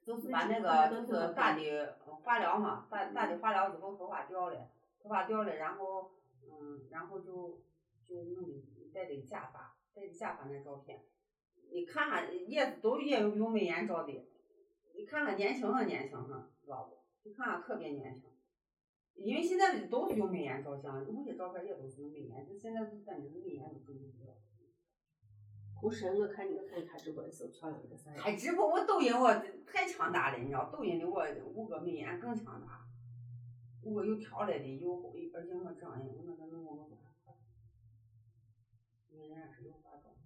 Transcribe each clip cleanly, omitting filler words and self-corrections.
就是把那个就是大的化疗嘛，大的化疗之后头发掉了，然后就弄的戴的假发那照片，你看看也有用美颜照的，你看看年轻上，知道不？你看看特别年轻，因为现在都是用美颜照相，有些照片也都是用美颜，就现在就感觉美颜都真不了。 不是，我看你开直播的时候漂亮个啥？ 开直播我抖音我太强大了，你知道，抖音的我5个美颜更强大，5个有调来的，而且我这样的，我那个弄我不看，因为人家是有化妆。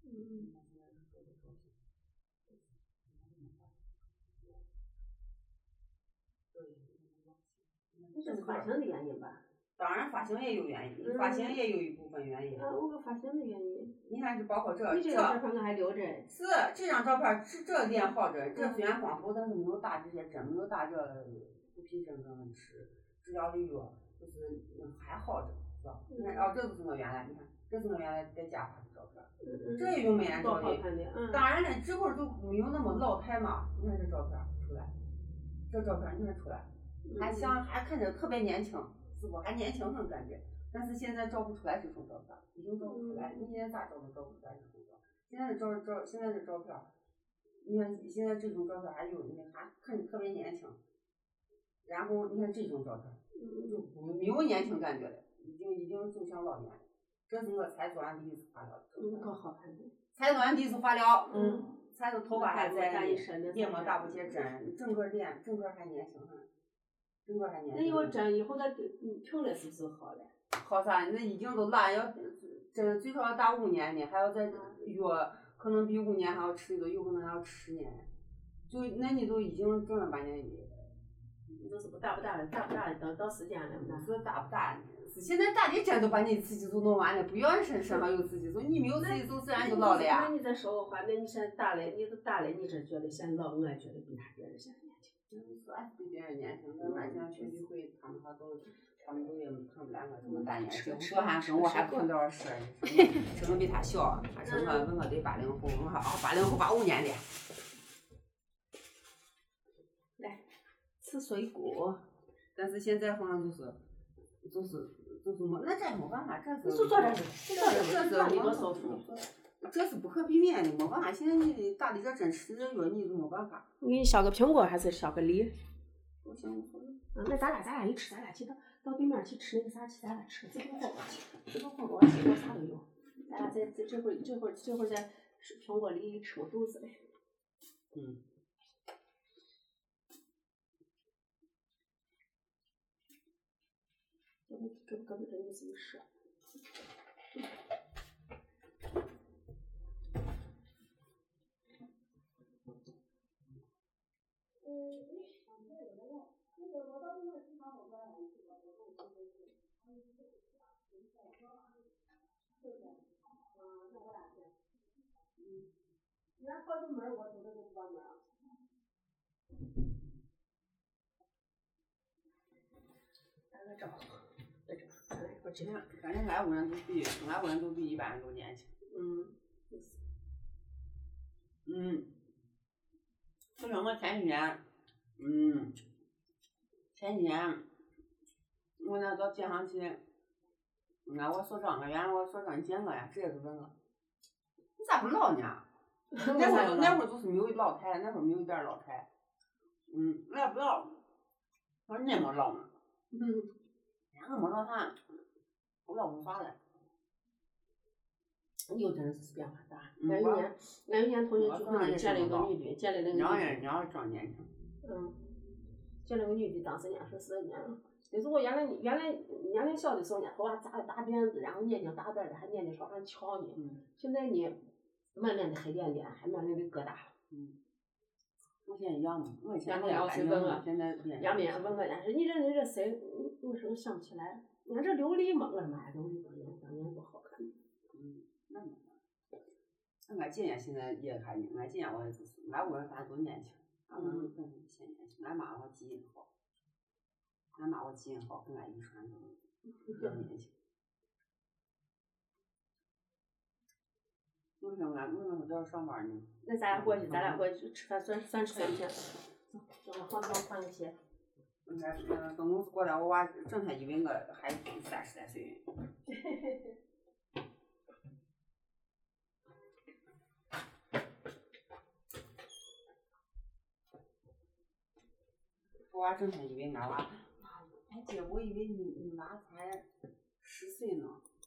这是发型的原因吧？ 当然发型也有原因，发型也有一部分原因。 我发型的原因。 你看是包括这。 你这张照片我还留着。 是这张照片，这脸好着，这虽然光头，但是没有打这些针，没有打这补皮针跟吃治疗的药，就是还好着，是吧？你看，这就是我原来，你看，这是我原来在假发的照片，这也用美颜照的。当然了，之后就没有那么老态嘛。你看这照片出来，这照片你看出来，还看着特别年轻。是不还年轻很感觉，但是现在照不出来这种照片，已经照不出来。你现在咋照都照不出来这种照。现在的照片，你看现在这种照片还看着特别年轻，然后你看这种照片，就没有年轻感觉了，已经走向老年了。这是我才做完第一次化疗。 可好看的。 才做完第一次化疗，才是头发还在，面膜打不些针，整个脸还年轻很。 那有针以后它停了是不是好了？ 好啥？那已经都拉要针最少要打5年呢，还要再药，可能比5年还要吃的，有可能还要吃10年。就那你都已经正儿八经的。 这是不大了，到时间了嘛？ 是大不大？现在打的针都把你雌激素弄完了，不要身上有雌激素，你没有雌激素自然就老了呀。 那你再说个话，那你现在大了，你都大了，你这觉得显老，我也觉得比别人现在年轻。 比别人年轻，那像学习会，他们都也看不来我这么大年纪，我还跟我还碰到事儿，生比他小，他生我问我得80后，我说80后85年的。 来，吃水果， 但是现在好像就是没，那这没办法，这是这是不可避免的，没办法。现在你打的这针吃这药，你就没办法。 我给你削个苹果还是削个梨？ 我行，无所谓。 那咱俩一吃，咱俩去到对面去吃那个啥去，咱俩吃这个火锅去，这个火锅水果啥都有。咱俩这会儿再吃苹果梨吃我肚子嘞。搁这你自己吃。你家关着门，我走的都不关门啊。打个招呼，我这样， 反正俺屋人都比一般人都年轻。就说我前几年，我那到街上去，我所长原来我所长见我呀，直接就问我，你咋不老呢？那会儿就是没有老态，那会儿没有一点老态。我也不老，我说你也没老呢。我没老啥，我老没啥了。 你真的是变化大。俺有年同学聚会里见了一个女的，见了那个女的。 人家长年轻。 见了个女的，当时人家说是那是我原来年龄小的时候呢，头发扎的大辫子，然后眼睛大大的，还眼睛朝上翘呢。现在呢，满脸的黑点点，还满脸的疙瘩。 我现在一样嘛，我以前要去问我， 现在杨明问我，但是你这谁？我说我想不起来。你看这琉璃嘛，我说妈呀，琉璃当年多好看。 那没办法。俺姐姐现在也还，俺姐姐我也就是，俺屋人反正都年轻，俺们本身先年轻。俺妈我基因好，跟俺遗传都年轻。我说俺在这上班呢。 那咱俩过去吃饭，算吃3天。 行了，好，换个鞋。 跟公司过来，我娃整天以为我还30来岁。我娃整天以为俺娃，哎姐，我以为你娃才10岁呢。